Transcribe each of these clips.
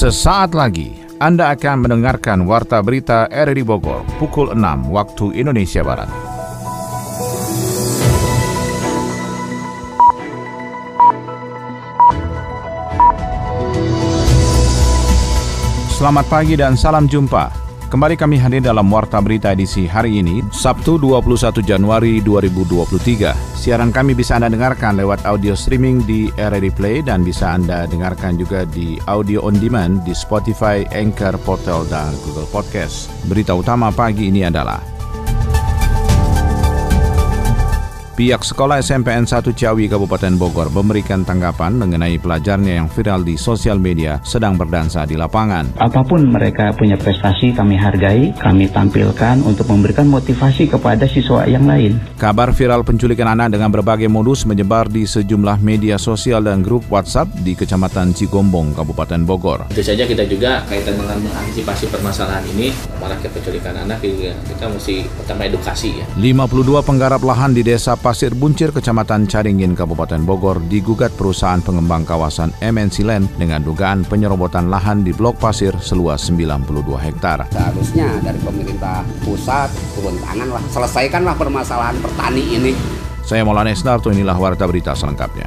Sesaat lagi Anda akan mendengarkan Warta Berita RRI Bogor pukul 6 waktu Indonesia Barat. Selamat pagi dan salam jumpa. Kembali kami hadir dalam Warta Berita edisi hari ini, Sabtu 21 Januari 2023. Siaran kami bisa Anda dengarkan lewat audio streaming di RRI Play dan bisa Anda dengarkan juga di audio on demand di Spotify, Anchor, Portal, dan Google Podcast. Berita utama pagi ini adalah pihak sekolah SMPN 1 Ciawi Kabupaten Bogor memberikan tanggapan mengenai pelajarnya yang viral di sosial media sedang berdansa di lapangan. Apapun mereka punya prestasi kami hargai, kami tampilkan untuk memberikan motivasi kepada siswa yang lain. Kabar viral penculikan anak dengan berbagai modus menyebar di sejumlah media sosial dan grup WhatsApp di Kecamatan Cigombong, Kabupaten Bogor. Tentu saja kita juga kaitan dengan mengantisipasi permasalahan ini, malah penculikan anak juga kita mesti pertama edukasi ya. 52 penggarap lahan di Desa Pasir Buncir, Kecamatan Caringin, Kabupaten Bogor digugat perusahaan pengembang kawasan MNC Land dengan dugaan penyerobotan lahan di Blok Pasir seluas 92 hektar. Seharusnya dari pemerintah pusat turun tangan lah, selesaikanlah permasalahan petani ini. Saya Maulana Esnarto, inilah Warta Berita selengkapnya.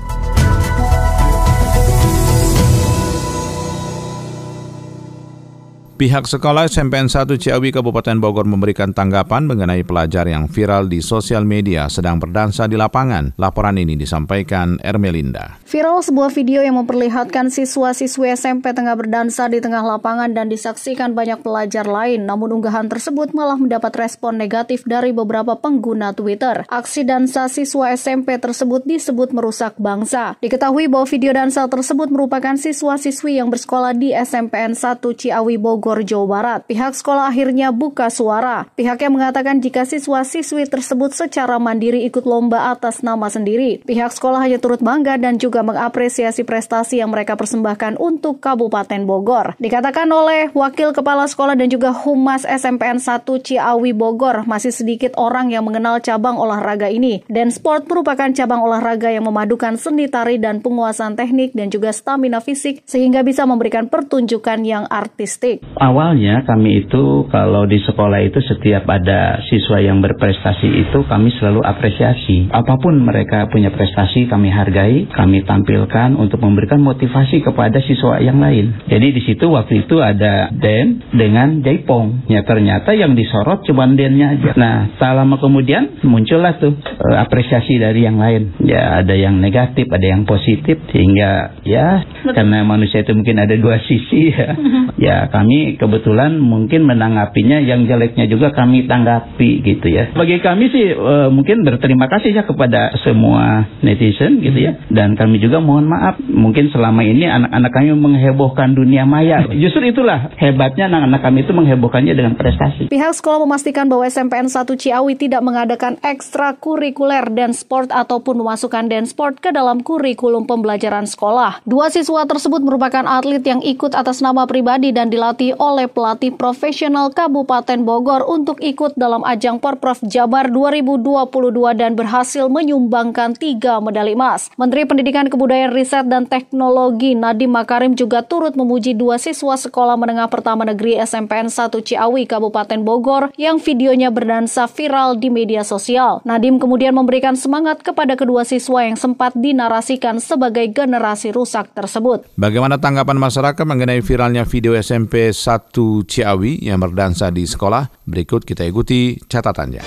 Pihak sekolah SMPN 1 Ciawi Kabupaten Bogor memberikan tanggapan mengenai pelajar yang viral di sosial media sedang berdansa di lapangan. Laporan ini disampaikan Ermelinda. Viral sebuah video yang memperlihatkan siswa-siswi SMP tengah berdansa di tengah lapangan dan disaksikan banyak pelajar lain. Namun unggahan tersebut malah mendapat respon negatif dari beberapa pengguna Twitter. Aksi dansa siswa SMP tersebut disebut merusak bangsa. Diketahui bahwa video dansa tersebut merupakan siswa-siswi yang bersekolah di SMPN 1 Ciawi Bogor, Jawa Barat. Pihak sekolah akhirnya buka suara. Pihaknya mengatakan jika siswa-siswi tersebut secara mandiri ikut lomba atas nama sendiri. Pihak sekolah hanya turut bangga dan juga mengapresiasi prestasi yang mereka persembahkan untuk Kabupaten Bogor. Dikatakan oleh Wakil Kepala Sekolah dan juga Humas SMPN 1 Ciawi Bogor, masih sedikit orang yang mengenal cabang olahraga ini. Dance sport merupakan cabang olahraga yang memadukan seni tari dan penguasaan teknik dan juga stamina fisik sehingga bisa memberikan pertunjukan yang artistik. Awalnya kami itu kalau di sekolah itu setiap ada siswa yang berprestasi itu kami selalu apresiasi. Apapun mereka punya prestasi kami hargai, kami tampilkan untuk memberikan motivasi kepada siswa yang lain. Jadi di situ waktu itu ada dance dengan jaipong. Ya ternyata yang disorot cuma dance-nya aja. Nah, tak lama kemudian muncullah tuh apresiasi dari yang lain. Ya ada yang negatif, ada yang positif sehingga ya karena manusia itu mungkin ada dua sisi ya. Ya kami kebetulan mungkin menanggapinya yang jeleknya juga kami tanggapi gitu ya. Bagi kami sih mungkin berterima kasih ya kepada semua netizen gitu ya. Dan kami juga mohon maaf mungkin selama ini anak-anak kami menghebohkan dunia maya. Justru itulah hebatnya anak-anak kami itu menghebohkannya dengan prestasi. Pihak sekolah memastikan bahwa SMPN 1 Ciawi tidak mengadakan ekstrakurikuler dance sport ataupun memasukkan dance sport ke dalam kurikulum pembelajaran sekolah. Dua siswa tersebut merupakan atlet yang ikut atas nama pribadi dan dilatih oleh pelatih profesional Kabupaten Bogor untuk ikut dalam ajang Porprov Jabar 2022 dan berhasil menyumbangkan 3 medali emas. Menteri Pendidikan Kebudayaan Riset dan Teknologi Nadiem Makarim juga turut memuji dua siswa Sekolah Menengah Pertama Negeri SMPN 1 Ciawi Kabupaten Bogor yang videonya berdansa viral di media sosial. Nadiem kemudian memberikan semangat kepada kedua siswa yang sempat dinarasikan sebagai generasi rusak tersebut. Bagaimana tanggapan masyarakat mengenai viralnya video SMP 1 Ciawi yang berdansa di sekolah? Berikut kita ikuti catatannya.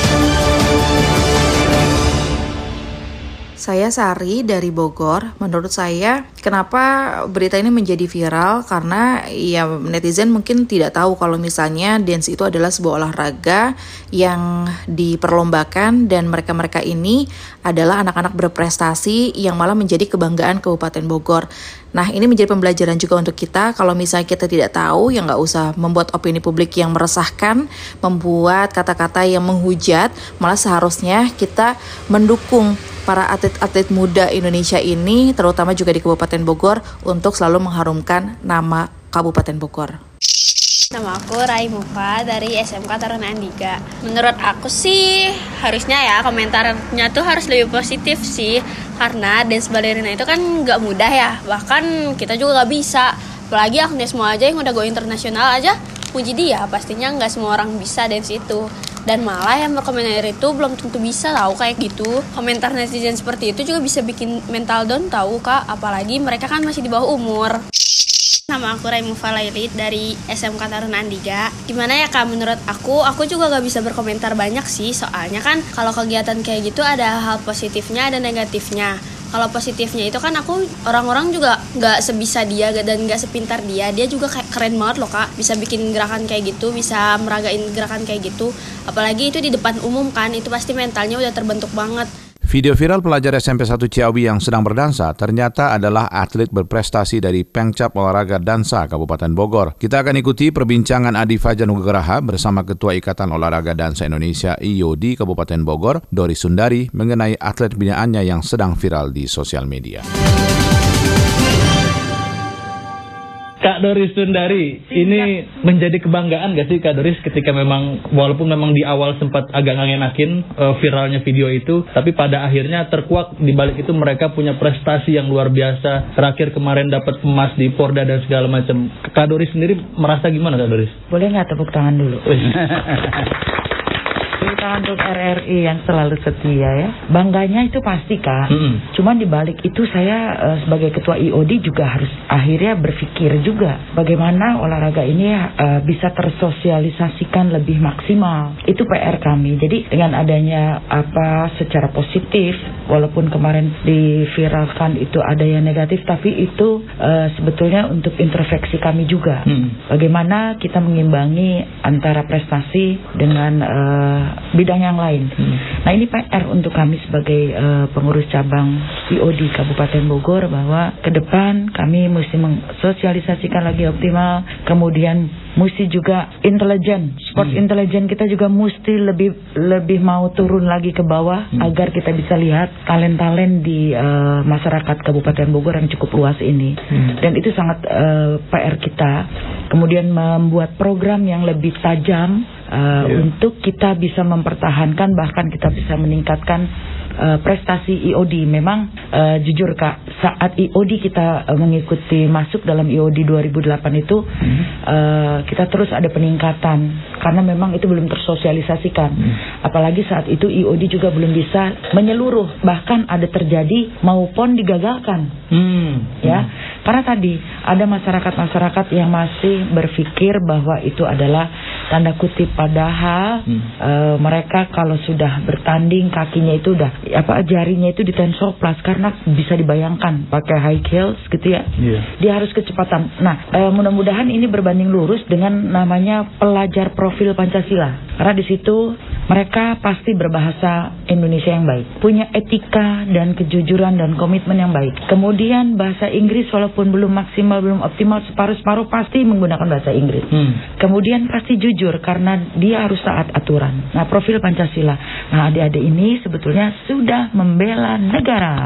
Saya Sari dari Bogor. Menurut saya, kenapa berita ini menjadi viral? Karena ya netizen mungkin tidak tahu kalau misalnya dance itu adalah sebuah olahraga yang diperlombakan dan mereka-mereka ini adalah anak-anak berprestasi yang malah menjadi kebanggaan Kabupaten Bogor. Nah, ini menjadi pembelajaran juga untuk kita. Kalau misalnya kita tidak tahu, ya nggak usah membuat opini publik yang meresahkan, membuat kata-kata yang menghujat. Malah seharusnya kita mendukung para atlet-atlet muda Indonesia ini, terutama juga di Kabupaten Bogor, untuk selalu mengharumkan nama Kabupaten Bogor. Nama aku Rai Mufa dari SMK Taruna Andika. Menurut aku sih harusnya ya komentarnya tuh harus lebih positif sih. Karena dance ballerina itu kan gak mudah ya. Bahkan kita juga gak bisa. Apalagi Agnes Mo aja yang udah go internasional aja, puji dia, pastinya nggak semua orang bisa dance itu. Dan malah yang berkomentar itu belum tentu bisa tahu kayak gitu. Komentar netizen seperti itu juga bisa bikin mental down tahu Kak, apalagi mereka kan masih di bawah umur. Nama aku Raimufa Lailit dari SMK Taruna Andiga. Gimana ya Kak, menurut aku juga gak bisa berkomentar banyak sih. Soalnya kan kalau kegiatan kayak gitu ada hal positifnya, ada negatifnya. Kalau positifnya itu kan orang-orang juga gak sebisa dia dan gak sepintar dia. Dia juga kayak keren banget loh Kak, bisa bikin gerakan kayak gitu, bisa meragain gerakan kayak gitu. Apalagi itu di depan umum kan, itu pasti mentalnya udah terbentuk banget. Video viral pelajar SMP 1 Ciawi yang sedang berdansa ternyata adalah atlet berprestasi dari Pengcap Olahraga Dansa Kabupaten Bogor. Kita akan ikuti perbincangan Adi Fajanugraha bersama Ketua Ikatan Olahraga Dansa Indonesia IOD Kabupaten Bogor, Dori Sundari, mengenai atlet binaannya yang sedang viral di sosial media. Kak Doris Sundari, ini menjadi kebanggaan gak sih Kak Doris ketika memang, walaupun memang di awal sempat agak ngenakin viralnya video itu, tapi pada akhirnya terkuak di balik itu mereka punya prestasi yang luar biasa. Terakhir kemarin dapat emas di Porda dan segala macam. Kak Doris sendiri merasa gimana Kak Doris? Boleh nggak tepuk tangan dulu? Untuk RRI yang selalu setia ya, bangganya itu pasti Kak. Cuman dibalik itu saya sebagai ketua IOD juga harus akhirnya berpikir juga bagaimana olahraga ini bisa tersosialisasikan lebih maksimal. Itu PR kami. Jadi dengan adanya secara positif, walaupun kemarin diviralkan itu ada yang negatif, tapi itu sebetulnya untuk introspeksi kami juga. Bagaimana kita mengimbangi antara prestasi dengan bidang yang lain. Nah ini PR untuk kami sebagai pengurus cabang IOD Kabupaten Bogor, bahwa ke depan kami mesti mensosialisasikan lagi optimal, kemudian mesti juga intelijen, sport intelijen kita juga mesti lebih mau turun lagi ke bawah agar kita bisa lihat talent-talent di masyarakat Kabupaten Bogor yang cukup luas ini. Dan itu sangat PR kita. Kemudian membuat program yang lebih tajam untuk kita bisa mempertahankan, bahkan kita bisa meningkatkan prestasi IOD. Memang jujur Kak, saat IOD kita mengikuti masuk dalam IOD 2008 itu kita terus ada peningkatan karena memang itu belum tersosialisasikan. Apalagi saat itu IOD juga belum bisa menyeluruh, bahkan ada terjadi maupun digagalkan. Ya, karena tadi ada masyarakat yang masih berpikir bahwa itu adalah tanda kutip, padahal mereka kalau sudah bertanding kakinya itu udah jarinya itu di tensorplas, karena bisa dibayangkan pakai high heels gitu ya. Dia harus kecepatan. Nah, mudah-mudahan ini berbanding lurus dengan namanya pelajar profil Pancasila, karena di situ mereka pasti berbahasa Indonesia yang baik, punya etika dan kejujuran dan komitmen yang baik. Kemudian bahasa Inggris walaupun belum maksimal, belum optimal, separuh-separuh pasti menggunakan bahasa Inggris. Kemudian pasti jujur karena dia harus taat aturan. Nah, profil Pancasila. Nah, adik-adik ini sebetulnya sudah membela negara.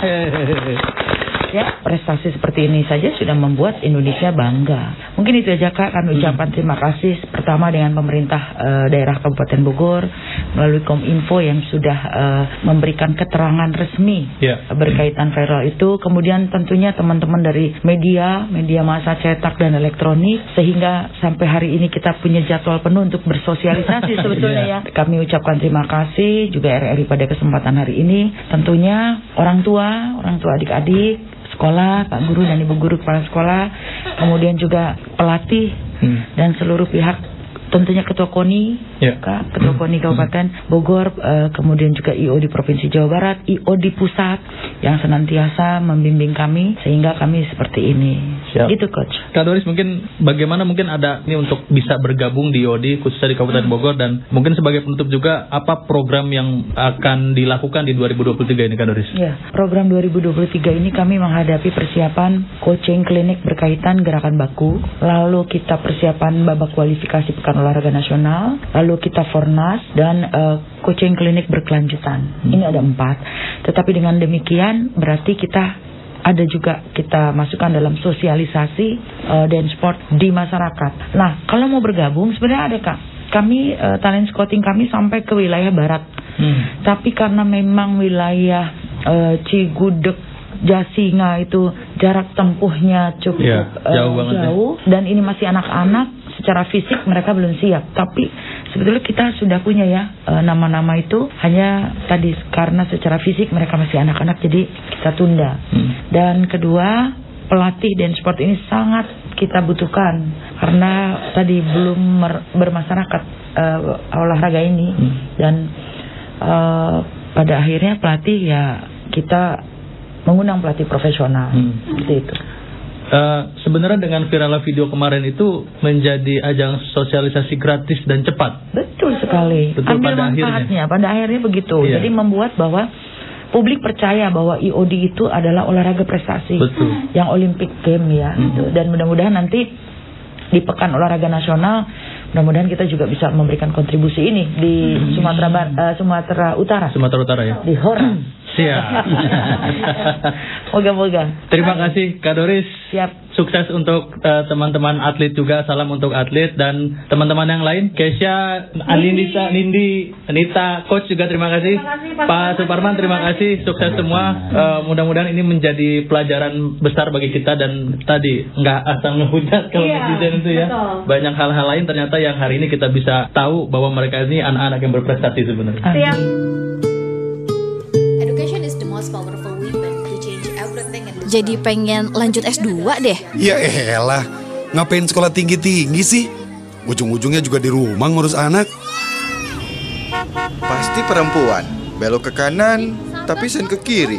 Ya, prestasi seperti ini saja sudah membuat Indonesia bangga. Mungkin itu aja Kak, kami ucapkan terima kasih pertama dengan pemerintah daerah Kabupaten Bogor melalui Kominfo yang sudah memberikan keterangan resmi berkaitan viral itu. Kemudian tentunya teman-teman dari media massa cetak dan elektronik, sehingga sampai hari ini kita punya jadwal penuh untuk bersosialisasi sebetulnya ya. Kami ucapkan terima kasih juga RRI pada kesempatan hari ini. Tentunya orang tua adik-adik sekolah, Pak Guru dan Ibu Guru Kepala Sekolah, kemudian juga pelatih dan seluruh pihak, tentunya Ketua KONI, Ketua KONI Kabupaten Bogor, kemudian juga IOD Provinsi Jawa Barat, IOD Pusat yang senantiasa membimbing kami sehingga kami seperti ini. Gitu Coach. Kak Doris, mungkin bagaimana mungkin ada ini untuk bisa bergabung di IOD khususnya di Kabupaten Bogor, dan mungkin sebagai penutup juga apa program yang akan dilakukan di 2023 ini Kak Doris? Ya, program 2023 ini kami menghadapi persiapan coaching klinik berkaitan gerakan baku, lalu kita persiapan babak kualifikasi Pekan Olahraga Nasional, lalu kita Fornas dan coaching klinik berkelanjutan. Ini ada 4. Tetapi dengan demikian berarti kita masukkan dalam sosialisasi dan sport di masyarakat. Nah, kalau mau bergabung sebenarnya ada Kak. Kami talent scouting kami sampai ke wilayah barat. Tapi karena memang wilayah Cigudeg Jasinga itu jarak tempuhnya cukup jauh, dan ini masih anak-anak. Secara fisik mereka belum siap, tapi sebetulnya kita sudah punya ya nama-nama itu, hanya tadi karena secara fisik mereka masih anak-anak jadi kita tunda. Dan kedua, pelatih dan sport ini sangat kita butuhkan karena tadi belum bermasyarakat olahraga ini, dan pada akhirnya pelatih ya kita mengundang pelatih profesional seperti itu. Sebenarnya dengan viralnya video kemarin itu menjadi ajang sosialisasi gratis dan cepat. Betul sekali. Betul, ambil manfaatnya. Pada akhirnya begitu. Iya. Jadi membuat bahwa publik percaya bahwa IOD itu adalah olahraga prestasi. Betul. Yang Olympic Game ya. Dan mudah-mudahan nanti di Pekan Olahraga Nasional, mudah-mudahan kita juga bisa memberikan kontribusi ini di Sumatera Utara. Sumatera Utara ya. Di Hora. Siap. Moga-moga. Terima kasih Kak Doris. Siap. Sukses untuk teman-teman atlet juga. Salam untuk atlet dan teman-teman yang lain. Kesha, Anindita, Nindi, Anita, Coach juga terima kasih. Pak Suparman terima kasih. Sukses semua. Mudah-mudahan ini menjadi pelajaran besar bagi kita, dan tadi nggak asal ngehujat kalau netizen itu ya. Betul. Banyak hal-hal lain ternyata yang hari ini kita bisa tahu bahwa mereka ini anak-anak yang berprestasi sebenarnya. Siap. Jadi pengen lanjut S2 deh. Ya elah, ngapain sekolah tinggi-tinggi sih? Ujung-ujungnya juga di rumah ngurus anak. Pasti perempuan, belok ke kanan, tapi sen ke kiri.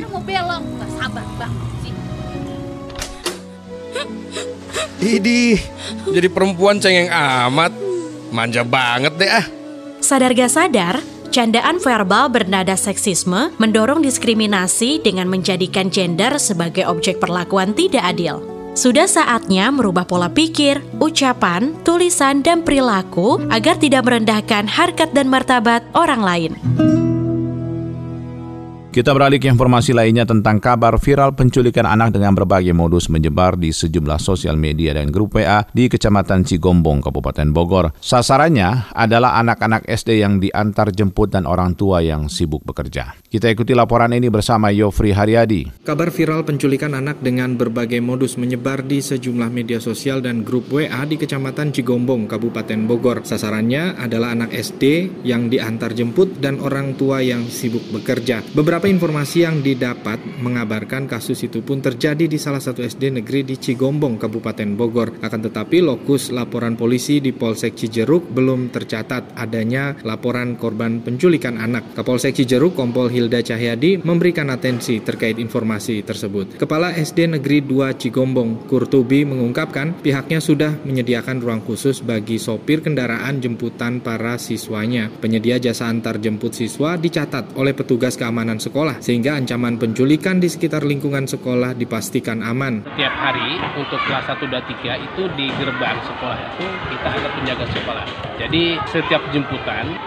Idih, jadi perempuan cengeng amat. Manja banget deh ah. Sadar gak sadar, candaan verbal bernada seksisme mendorong diskriminasi dengan menjadikan gender sebagai objek perlakuan tidak adil. Sudah saatnya merubah pola pikir, ucapan, tulisan, dan perilaku agar tidak merendahkan harkat dan martabat orang lain. Kita beralih ke informasi lainnya tentang kabar viral penculikan anak dengan berbagai modus menyebar di sejumlah sosial media dan grup WA di Kecamatan Cigombong, Kabupaten Bogor. Sasarannya adalah anak-anak SD yang diantar jemput dan orang tua yang sibuk bekerja. Kita ikuti laporan ini bersama Yofri Haryadi. Kabar viral penculikan anak dengan berbagai modus menyebar di sejumlah media sosial dan grup WA di Kecamatan Cigombong, Kabupaten Bogor. Sasarannya adalah anak SD yang diantar jemput dan orang tua yang sibuk bekerja. Beberapa informasi yang didapat mengabarkan kasus itu pun terjadi di salah satu SD negeri di Cigombong, Kabupaten Bogor. Akan tetapi lokus laporan polisi di Polsek Cijeruk belum tercatat adanya laporan korban penculikan anak. Kapolsek Cijeruk Kompol Hilda Cahyadi memberikan atensi terkait informasi tersebut. Kepala SD Negeri 2 Cigombong, Kurtubi, mengungkapkan pihaknya sudah menyediakan ruang khusus bagi sopir kendaraan jemputan para siswanya. Penyedia jasa antar jemput siswa dicatat oleh petugas keamanan sekolah, sehingga ancaman penculikan di sekitar lingkungan sekolah dipastikan aman. Setiap hari untuk kelas 1 dan 3 itu di gerbang sekolah itu kita ada penjaga sekolah. Jadi setiap jemputan,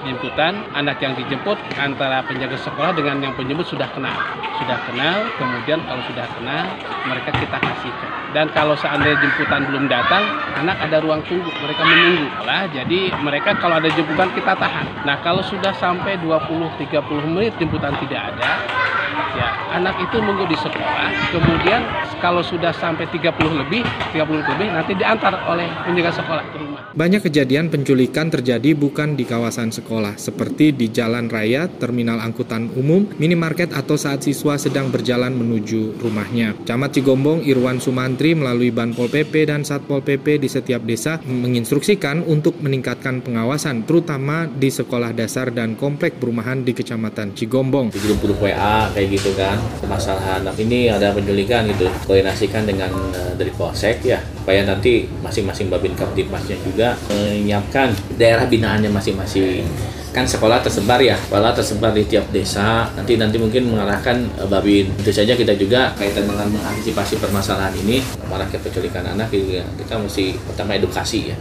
anak yang dijemput antara penjaga sekolah dengan yang penjemput sudah kenal. Kemudian kalau sudah kenal, mereka kita kasihkan. Dan kalau seandainya jemputan belum datang, anak ada ruang tunggu, mereka menunggu. Jadi mereka kalau ada jemputan kita tahan. Nah kalau sudah sampai 20-30 menit jemputan tidak ada, ya anak itu nunggu di sekolah. Kemudian kalau sudah sampai 30 lebih nanti diantar oleh penjaga sekolah ke rumah. Banyak kejadian penculikan terjadi bukan di kawasan sekolah, seperti di jalan raya, terminal angkutan umum, minimarket, atau saat siswa sedang berjalan menuju rumahnya. Camat Cigombong Irwan Sumantri melalui Banpol PP dan Satpol PP di setiap desa menginstruksikan untuk meningkatkan pengawasan, terutama di sekolah dasar dan komplek perumahan di Kecamatan Cigombong. Di grup WA kayak gitu kan, permasalahan anak ini ada penculikan gitu, koordinasikan dengan dari Polsek ya, supaya nanti masing-masing Babin Kaptipmasnya juga menyiapkan daerah binaannya masing-masing. Kan sekolah tersebar di tiap desa, nanti mungkin mengarahkan Babin. Itu saja kita juga kaitan dengan mengantisipasi permasalahan ini, maraknya penculikan anak juga kita mesti pertama edukasi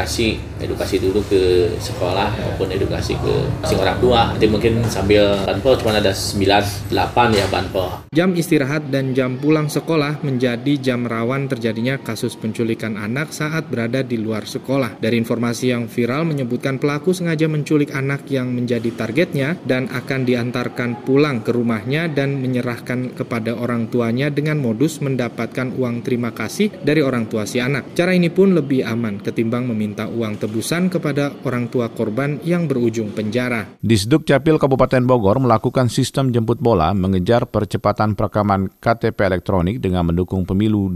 dulu ke sekolah maupun edukasi ke masing orang tua. Nanti mungkin sambil banpol cuma ada 9-8 ya banpol. Jam istirahat dan jam pulang sekolah menjadi jam rawan terjadinya kasus penculikan anak saat berada di luar sekolah. Dari informasi yang viral menyebutkan pelaku sengaja menculik anak anak yang menjadi targetnya dan akan diantarkan pulang ke rumahnya dan menyerahkan kepada orang tuanya dengan modus mendapatkan uang terima kasih dari orang tua si anak. Cara ini pun lebih aman ketimbang meminta uang tebusan kepada orang tua korban yang berujung penjara. Disduk Capil Kabupaten Bogor melakukan sistem jemput bola mengejar percepatan perekaman KTP elektronik dengan mendukung pemilu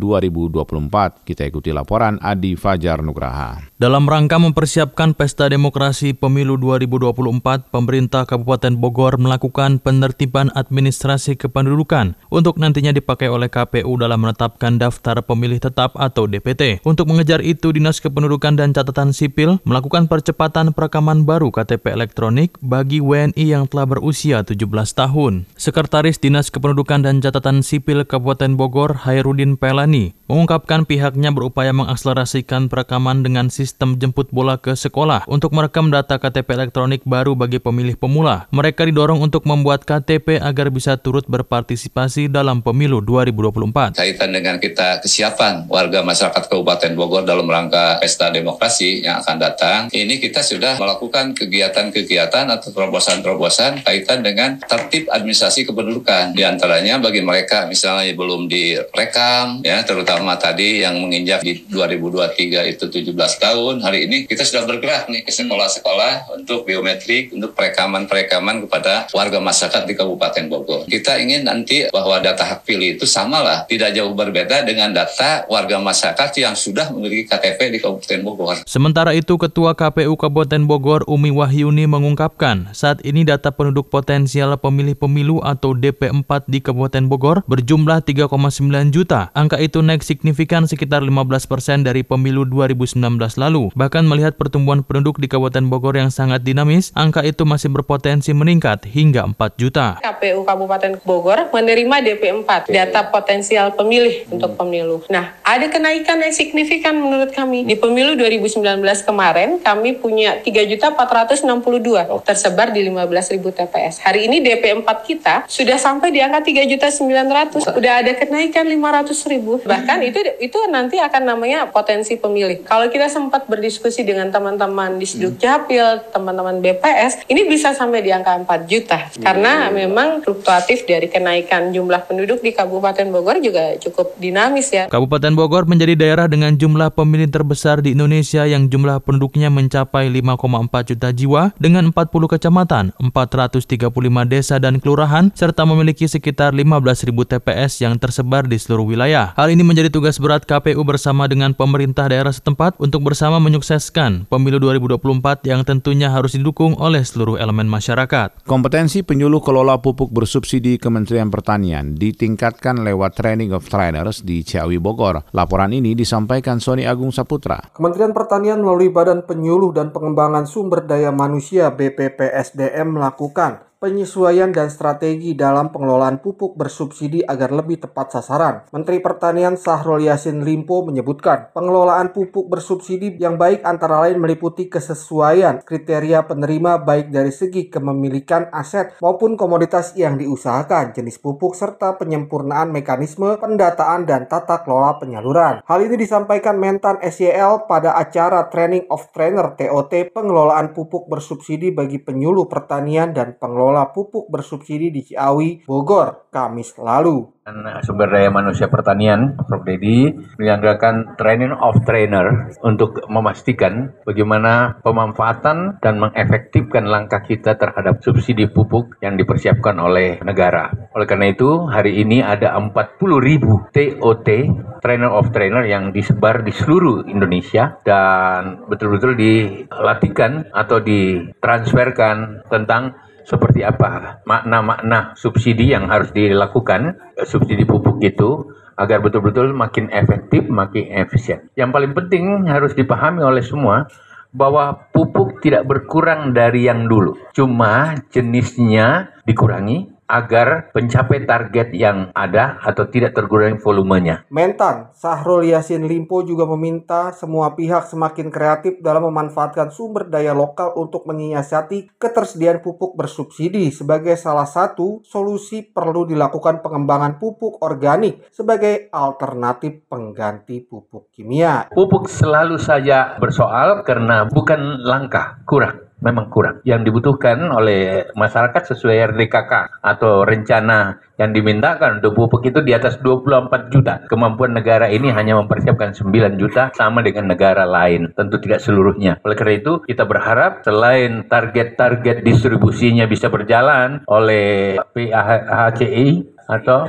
2024. Kita ikuti laporan Adi Fajar Nugraha. Dalam rangka mempersiapkan pesta demokrasi pemilu 2024, pemerintah Kabupaten Bogor melakukan penertiban administrasi kependudukan untuk nantinya dipakai oleh KPU dalam menetapkan daftar pemilih tetap atau DPT. Untuk mengejar itu, Dinas Kependudukan dan Catatan Sipil melakukan percepatan perekaman baru KTP elektronik bagi WNI yang telah berusia 17 tahun. Sekretaris Dinas Kependudukan dan Catatan Sipil Kabupaten Bogor, Hairudin Pelani, mengungkapkan pihaknya berupaya mengakselerasikan perekaman dengan sistem jemput bola ke sekolah untuk merekam data KTP elektronik baru bagi pemilih pemula. Mereka didorong untuk membuat KTP agar bisa turut berpartisipasi dalam pemilu 2024. Kaitan dengan kita kesiapan warga masyarakat Kabupaten Bogor dalam rangka pesta demokrasi yang akan datang, ini kita sudah melakukan kegiatan-kegiatan atau terobosan-terobosan kaitan dengan tertib administrasi kependudukan. Di antaranya bagi mereka misalnya belum direkam, ya terutama tadi yang menginjak di 2023 itu 17 tahun, hari ini kita sudah bergerak nih ke sekolah-sekolah untuk biometrik, untuk perekaman kepada warga masyarakat di Kabupaten Bogor. Kita ingin nanti bahwa data hak pilih itu samalah, tidak jauh berbeda dengan data warga masyarakat yang sudah memiliki KTP di Kabupaten Bogor. Sementara itu, Ketua KPU Kabupaten Bogor Umi Wahyuni mengungkapkan, saat ini data penduduk potensial pemilih pemilu atau DP4 di Kabupaten Bogor berjumlah 3,9 juta. Angka itu naik signifikan sekitar 15% dari pemilu 2019 lalu. Bahkan melihat pertumbuhan penduduk di Kabupaten Bogor yang sangat dinamis, angka itu masih berpotensi meningkat hingga 4 juta. KPU Kabupaten Bogor menerima DP4, data potensial pemilih untuk pemilu. Nah, ada kenaikan yang signifikan menurut kami. Di pemilu 2019 kemarin, kami punya 3.462 tersebar di 15.000 TPS. Hari ini DP4 kita sudah sampai di angka 3.900. Sudah ada kenaikan 500.000. Bahkan itu nanti akan namanya potensi pemilih. Kalau kita sempat berdiskusi dengan teman-teman di Disduk Capil, teman-teman BPS, ini bisa sampai di angka 4 juta. Karena memang fluktuatif dari kenaikan jumlah penduduk di Kabupaten Bogor juga cukup dinamis ya. Kabupaten Bogor menjadi daerah dengan jumlah pemilih terbesar di Indonesia yang jumlah penduduknya mencapai 5,4 juta jiwa dengan 40 kecamatan, 435 desa dan kelurahan, serta memiliki sekitar 15.000 TPS yang tersebar di seluruh wilayah. Hal ini menjadi tugas berat KPU bersama dengan pemerintah daerah setempat untuk bersama menyukseskan pemilu 2024 yang tentunya harus didukung oleh seluruh elemen masyarakat. Kompetensi penyuluh kelola pupuk bersubsidi Kementerian Pertanian ditingkatkan lewat Training of Trainers di Ciawi Bogor. Laporan ini disampaikan Sony Agung Saputra. Kementerian Pertanian melalui Badan Penyuluh dan Pengembangan Sumber Daya Manusia BPPSDM melakukan penyesuaian dan strategi dalam pengelolaan pupuk bersubsidi agar lebih tepat sasaran. Menteri Pertanian Syahrul Yassin Limpo menyebutkan, pengelolaan pupuk bersubsidi yang baik antara lain meliputi kesesuaian kriteria penerima baik dari segi kepemilikan aset maupun komoditas yang diusahakan, jenis pupuk, serta penyempurnaan mekanisme pendataan dan tata kelola penyaluran. Hal ini disampaikan Mentan SYL pada acara Training of Trainer TOT pengelolaan pupuk bersubsidi bagi penyuluh pertanian dan pengelola pupuk bersubsidi di Ciawi, Bogor, Kamis lalu. Sumber Daya Manusia Pertanian, Prof. Dedi, menyelenggarakan Training of Trainer untuk memastikan bagaimana pemanfaatan dan mengefektifkan langkah kita terhadap subsidi pupuk yang dipersiapkan oleh negara. Oleh karena itu, hari ini ada 40.000 TOT, Trainer of Trainer yang disebar di seluruh Indonesia dan betul-betul dilatihkan atau ditransferkan tentang seperti apa makna-makna subsidi yang harus dilakukan, subsidi pupuk itu, agar betul-betul makin efektif, makin efisien. Yang paling penting harus dipahami oleh semua, bahwa pupuk tidak berkurang dari yang dulu. Cuma jenisnya dikurangi agar mencapai target yang ada atau tidak terkurangi volumenya. Mentan Syahrul Yassin Limpo juga meminta semua pihak semakin kreatif dalam memanfaatkan sumber daya lokal untuk menyiasati ketersediaan pupuk bersubsidi. Sebagai salah satu solusi perlu dilakukan pengembangan pupuk organik sebagai alternatif pengganti pupuk kimia. Pupuk selalu saja bersoal karena bukan langka, kurang. memang kurang. Yang dibutuhkan oleh masyarakat sesuai RDKK atau rencana yang dimintakan untuk pupuk itu di atas 24 juta. Kemampuan negara ini hanya mempersiapkan 9 juta sama dengan negara lain. Tentu tidak seluruhnya. Oleh karena itu kita berharap selain target-target distribusinya bisa berjalan oleh PAHCI atau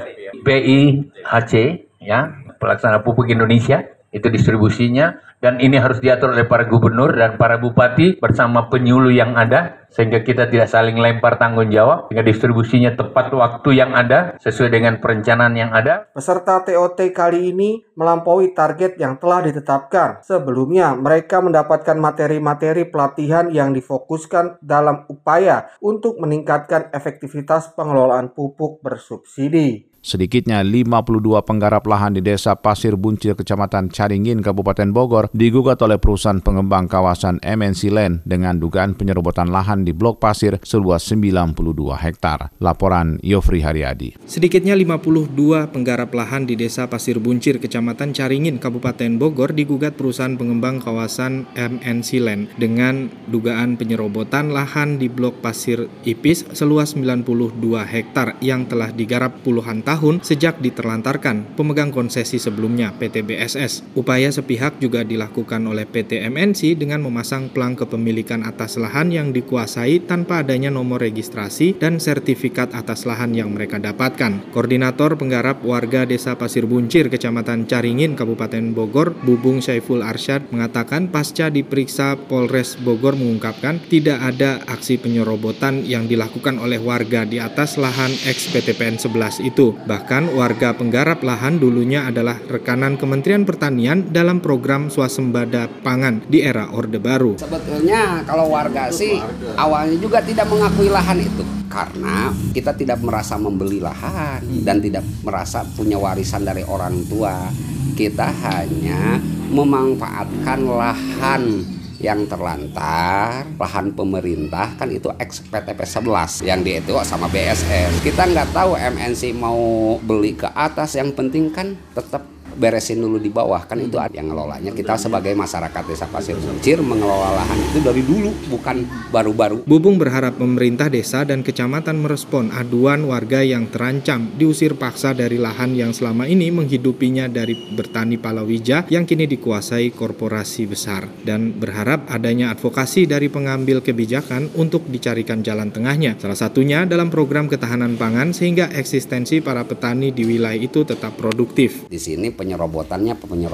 PIHC, ya, Pelaksana Pupuk Indonesia, itu distribusinya. Dan ini harus diatur oleh para gubernur dan para bupati bersama penyuluh yang ada, sehingga kita tidak saling lempar tanggung jawab, sehingga distribusinya tepat waktu yang ada, sesuai dengan perencanaan yang ada. Peserta TOT kali ini melampaui target yang telah ditetapkan. Sebelumnya, mereka mendapatkan materi-materi pelatihan yang difokuskan dalam upaya untuk meningkatkan efektivitas pengelolaan pupuk bersubsidi. Sedikitnya 52 penggarap lahan di Desa Pasir Buncir, Kecamatan Caringin, Kabupaten Bogor, digugat oleh perusahaan pengembang kawasan MNC Land dengan dugaan penyerobotan lahan di Blok Pasir seluas 92 hektar. Laporan Yofri Haryadi. Sedikitnya 52 penggarap lahan di Desa Pasir Buncir, Kecamatan Caringin, Kabupaten Bogor digugat perusahaan pengembang kawasan MNC Land dengan dugaan penyerobotan lahan di Blok Pasir Ipis seluas 92 hektar yang telah digarap puluhan tahun sejak diterlantarkan pemegang konsesi sebelumnya PT BSS. Upaya sepihak juga dilakukan oleh PT MNC dengan memasang pelang kepemilikan atas lahan yang dikuasai tanpa adanya nomor registrasi dan sertifikat atas lahan yang mereka dapatkan. Koordinator penggarap warga Desa Pasir Buncir, Kecamatan Caringin, Kabupaten Bogor, Bubung Syaiful Arsyad mengatakan pasca diperiksa Polres Bogor mengungkapkan tidak ada aksi penyerobotan yang dilakukan oleh warga di atas lahan ex-PTPN 11 itu. Bahkan warga penggarap lahan dulunya adalah rekanan Kementerian Pertanian dalam program swasembada pangan di era Orde Baru. Sebetulnya kalau warga sih awalnya juga tidak mengakui lahan itu karena kita tidak merasa membeli lahan dan tidak merasa punya warisan dari orang tua. Kita hanya memanfaatkan lahan yang terlantar, lahan pemerintah kan itu ex-PTP 11 yang di-ETO sama BSS. Kita nggak tahu MNC mau beli ke atas, yang penting kan tetap beresin dulu di bawah, kan itu yang ngelolanya. Kita sebagai masyarakat Desa Pasir Buncir mengelola lahan itu dari dulu, bukan baru-baru. Bubung berharap pemerintah desa dan kecamatan merespon aduan warga yang terancam diusir paksa dari lahan yang selama ini menghidupinya dari bertani palawija yang kini dikuasai korporasi besar, dan berharap adanya advokasi dari pengambil kebijakan untuk dicarikan jalan tengahnya. Salah satunya dalam program ketahanan pangan sehingga eksistensi para petani di wilayah itu tetap produktif. Di sini penyerobotan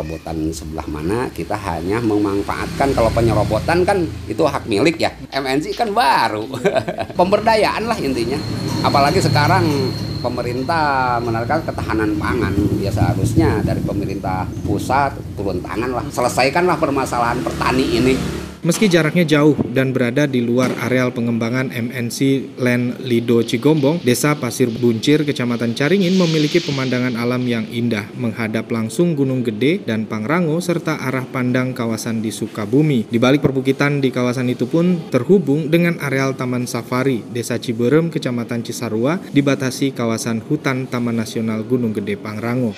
sebelah mana, kita hanya memanfaatkan. Kalau penyerobotan kan itu hak milik ya, MNC kan baru. Pemberdayaan lah intinya. Apalagi sekarang pemerintah menerapkan ketahanan pangan, ya seharusnya dari pemerintah pusat turun tangan lah, selesaikanlah permasalahan petani ini. Meski jaraknya jauh dan berada di luar areal pengembangan MNC Land Lido Cigombong, Desa Pasir Buncir, Kecamatan Caringin memiliki pemandangan alam yang indah, menghadap langsung Gunung Gede dan Pangrango serta arah pandang kawasan di Sukabumi. Di balik perbukitan di kawasan itu pun terhubung dengan areal Taman Safari Desa Ciberem, Kecamatan Cisarua, dibatasi kawasan hutan Taman Nasional Gunung Gede Pangrango.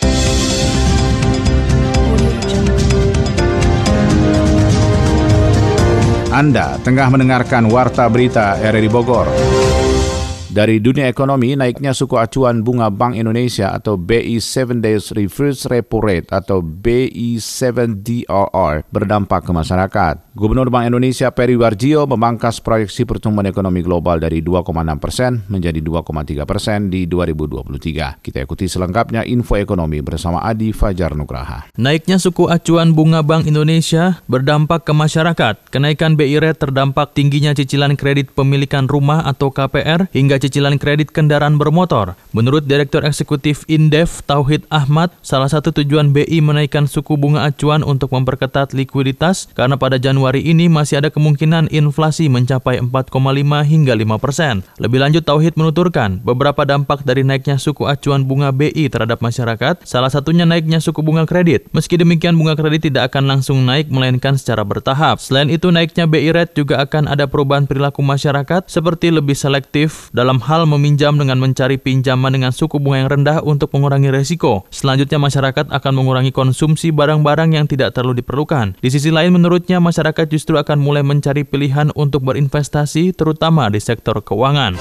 Anda tengah mendengarkan Warta Berita RRI Bogor. Dari dunia ekonomi, naiknya suku acuan bunga Bank Indonesia atau BI 7 Days Reverse Repo Rate atau BI 7DRR berdampak ke masyarakat. Gubernur Bank Indonesia Peri Warjio memangkas proyeksi pertumbuhan ekonomi global dari 2,6% menjadi 2,3% di 2023. Kita ikuti selengkapnya info ekonomi bersama Adi Fajar Nugraha. Naiknya suku acuan bunga Bank Indonesia berdampak ke masyarakat. Kenaikan BI rate terdampak tingginya cicilan kredit pemilikan rumah atau KPR hingga cicilan kredit kendaraan bermotor. Menurut Direktur Eksekutif Indef Tauhid Ahmad, salah satu tujuan BI menaikkan suku bunga acuan untuk memperketat likuiditas karena pada Januari ini masih ada kemungkinan inflasi mencapai 4,5 hingga 5%. Lebih lanjut, Tauhid menuturkan beberapa dampak dari naiknya suku acuan bunga BI terhadap masyarakat, salah satunya naiknya suku bunga kredit. Meski demikian, bunga kredit tidak akan langsung naik melainkan secara bertahap. Selain itu, naiknya BI rate juga akan ada perubahan perilaku masyarakat seperti lebih selektif dalam dalam hal meminjam dengan mencari pinjaman dengan suku bunga yang rendah untuk mengurangi resiko. Selanjutnya, masyarakat akan mengurangi konsumsi barang-barang yang tidak terlalu diperlukan. Di sisi lain, menurutnya masyarakat justru akan mulai mencari pilihan untuk berinvestasi, terutama di sektor keuangan.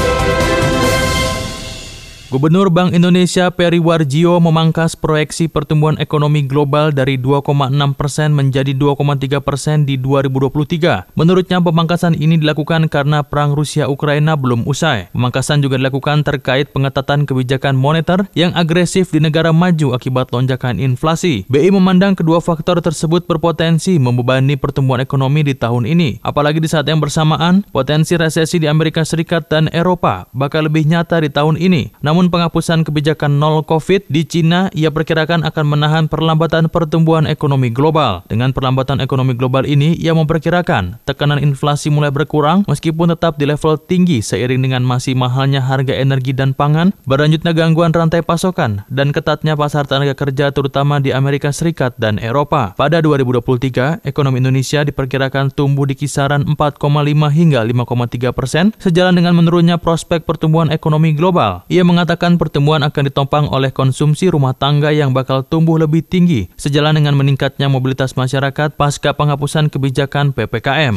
Gubernur Bank Indonesia Peri Warjio memangkas proyeksi pertumbuhan ekonomi global dari 2,6% menjadi 2,3% di 2023. Menurutnya, pemangkasan ini dilakukan karena perang Rusia-Ukraina belum usai. Pemangkasan juga dilakukan terkait pengetatan kebijakan moneter yang agresif di negara maju akibat lonjakan inflasi. BI memandang kedua faktor tersebut berpotensi membebani pertumbuhan ekonomi di tahun ini. Apalagi di saat yang bersamaan, potensi resesi di Amerika Serikat dan Eropa bakal lebih nyata di tahun ini. Namun penghapusan kebijakan nol COVID di Cina ia perkirakan akan menahan perlambatan pertumbuhan ekonomi global. Dengan perlambatan ekonomi global ini, ia memperkirakan tekanan inflasi mulai berkurang meskipun tetap di level tinggi seiring dengan masih mahalnya harga energi dan pangan, berlanjutnya gangguan rantai pasokan, dan ketatnya pasar tenaga kerja terutama di Amerika Serikat dan Eropa. Pada 2023, ekonomi Indonesia diperkirakan tumbuh di kisaran 4,5 hingga 5,3%, sejalan dengan menurunnya prospek pertumbuhan ekonomi global. Ia mengatakan pertumbuhan akan ditopang oleh konsumsi rumah tangga yang bakal tumbuh lebih tinggi, sejalan dengan meningkatnya mobilitas masyarakat pasca penghapusan kebijakan PPKM.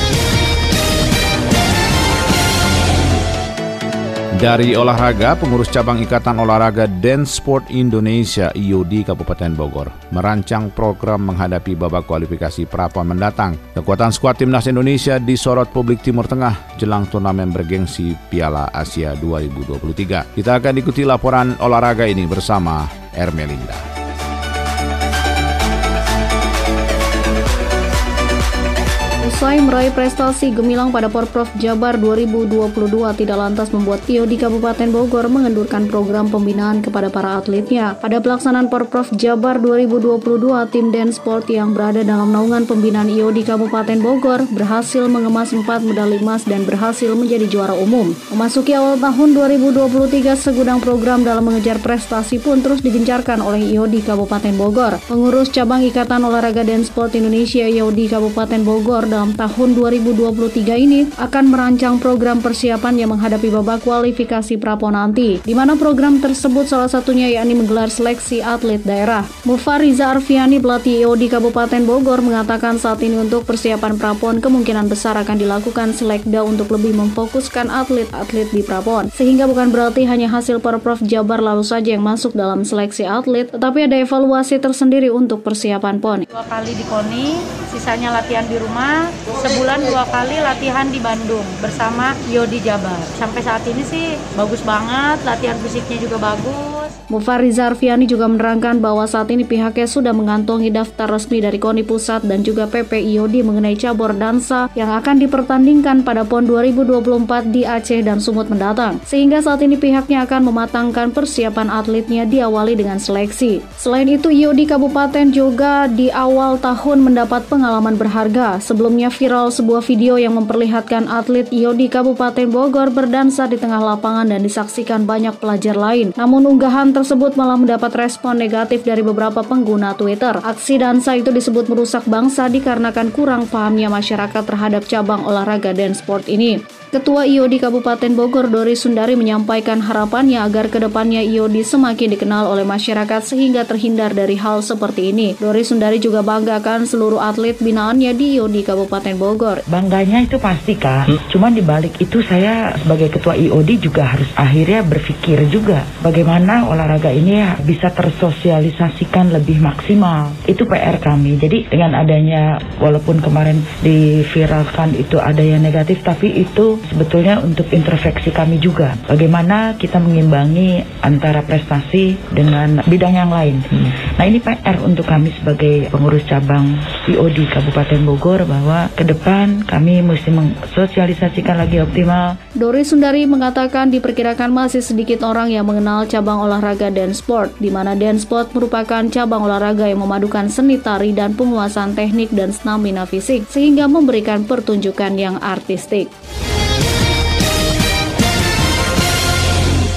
Dari olahraga, pengurus cabang Ikatan Olahraga Dance Sport Indonesia IOD Kabupaten Bogor merancang program menghadapi babak kualifikasi pra-PON mendatang. Kekuatan skuad timnas Indonesia disorot publik Timur Tengah jelang turnamen bergengsi Piala Asia 2023. Kita akan ikuti laporan olahraga ini bersama Ermelinda. Usai meraih prestasi gemilang pada Porprov Jabar 2022 tidak lantas membuat IOD Kabupaten Bogor mengendurkan program pembinaan kepada para atletnya. Pada pelaksanaan Porprov Jabar 2022, tim Dance Sport yang berada dalam naungan pembinaan IOD Kabupaten Bogor berhasil mengemas 4 medali emas dan berhasil menjadi juara umum. Memasuki awal tahun 2023, segudang program dalam mengejar prestasi pun terus digencarkan oleh IOD Kabupaten Bogor. Pengurus cabang Ikatan Olahraga Dance Sport Indonesia IOD Kabupaten Bogor dalam tahun 2023 ini akan merancang program persiapan yang menghadapi babak kualifikasi pra-PON nanti, di mana program tersebut salah satunya yakni menggelar seleksi atlet daerah. Mufariza Arfiani, pelatih IOD Kabupaten Bogor, mengatakan saat ini untuk persiapan pra-PON kemungkinan besar akan dilakukan selekda untuk lebih memfokuskan atlet-atlet di pra-PON, sehingga bukan berarti hanya hasil Porprov Jabar lalu saja yang masuk dalam seleksi atlet, tetapi ada evaluasi tersendiri untuk persiapan PON. 2 kali di KONI, sisanya latihan di rumah, sebulan 2 kali latihan di Bandung bersama IOD Jabar. Sampai saat ini sih bagus banget, latihan fisiknya juga bagus. Mufariza Arfiani juga menerangkan bahwa saat ini pihaknya sudah mengantongi daftar resmi dari KONI Pusat dan juga PP IOD mengenai cabur dansa yang akan dipertandingkan pada PON 2024 di Aceh dan Sumut mendatang. Sehingga saat ini pihaknya akan mematangkan persiapan atletnya diawali dengan seleksi. Selain itu, IOD Kabupaten juga di awal tahun mendapat pengalaman berharga. Sebelumnya viral sebuah video yang memperlihatkan atlet IOD Kabupaten Bogor berdansa di tengah lapangan dan disaksikan banyak pelajar lain. Namun unggahan tersebut malah mendapat respon negatif dari beberapa pengguna Twitter. Aksi dansa itu disebut merusak bangsa dikarenakan kurang pahamnya masyarakat terhadap cabang olahraga dance sport ini. Ketua IOD Kabupaten Bogor Dori Sundari menyampaikan harapannya agar kedepannya IOD semakin dikenal oleh masyarakat sehingga terhindar dari hal seperti ini. Dori Sundari juga banggakan seluruh atlet binaannya di IOD Kabupaten Bogor. Bangganya itu pasti, Kak. Cuman dibalik itu saya sebagai ketua IOD juga harus akhirnya berpikir juga bagaimana olahraga ini bisa tersosialisasikan lebih maksimal. Itu PR kami. Jadi dengan adanya, walaupun kemarin diviralkan itu ada yang negatif, tapi itu sebetulnya untuk introspeksi kami juga. Bagaimana kita mengimbangi antara prestasi dengan bidang yang lain. Nah, ini PR untuk kami sebagai pengurus cabang IOD Kabupaten Bogor bahwa ke depan kami mesti mensosialisasikan lagi optimal. Dori Sundari mengatakan diperkirakan masih sedikit orang yang mengenal cabang olahraga dance sport, di mana dance sport merupakan cabang olahraga yang memadukan seni tari dan penguasaan teknik dan stamina fisik, sehingga memberikan pertunjukan yang artistik.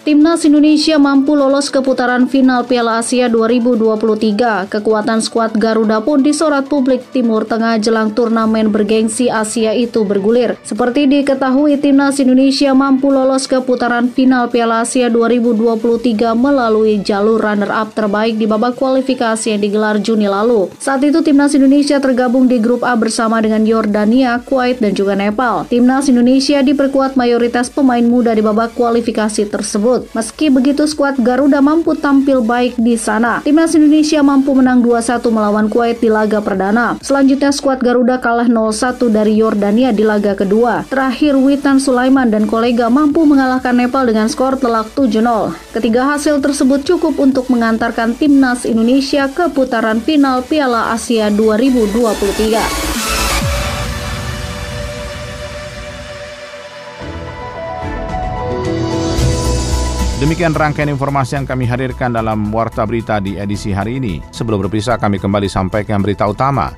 Timnas Indonesia mampu lolos ke putaran final Piala Asia 2023. Kekuatan skuad Garuda pun disorot publik Timur Tengah jelang turnamen bergengsi Asia itu bergulir. Seperti diketahui, Timnas Indonesia mampu lolos ke putaran final Piala Asia 2023 melalui jalur runner-up terbaik di babak kualifikasi yang digelar Juni lalu. Saat itu Timnas Indonesia tergabung di grup A bersama dengan Yordania, Kuwait, dan juga Nepal. Timnas Indonesia diperkuat mayoritas pemain muda di babak kualifikasi tersebut. Meski begitu, skuad Garuda mampu tampil baik di sana. Timnas Indonesia mampu menang 2-1 melawan Kuwait di laga perdana. Selanjutnya skuad Garuda kalah 0-1 dari Yordania di laga kedua. Terakhir, Witan Sulaiman dan kolega mampu mengalahkan Nepal dengan skor telak 7-0. Ketiga hasil tersebut cukup untuk mengantarkan Timnas Indonesia ke putaran final Piala Asia 2023. Demikian rangkaian informasi yang kami hadirkan dalam Warta Berita di edisi hari ini. Sebelum berpisah, kami kembali sampaikan berita utama.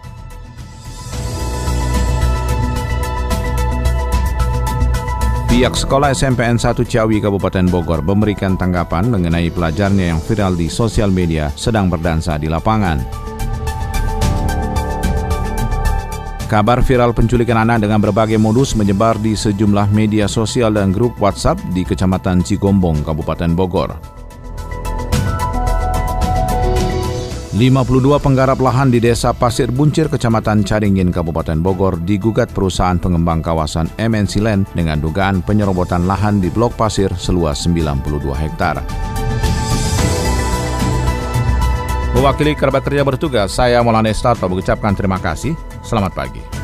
Pihak sekolah SMPN 1 Ciawi Kabupaten Bogor memberikan tanggapan mengenai pelajarnya yang viral di sosial media sedang berdansa di lapangan. Kabar viral penculikan anak dengan berbagai modus menyebar di sejumlah media sosial dan grup WhatsApp di Kecamatan Cigombong, Kabupaten Bogor. 52 penggarap lahan di Desa Pasir Buncir, Kecamatan Caringin, Kabupaten Bogor digugat perusahaan pengembang kawasan MNC Land dengan dugaan penyerobotan lahan di Blok Pasir seluas 92 hektar. Mewakili kerabat kerja bertugas, saya Maulana Estato mengucapkan terima kasih. Selamat pagi.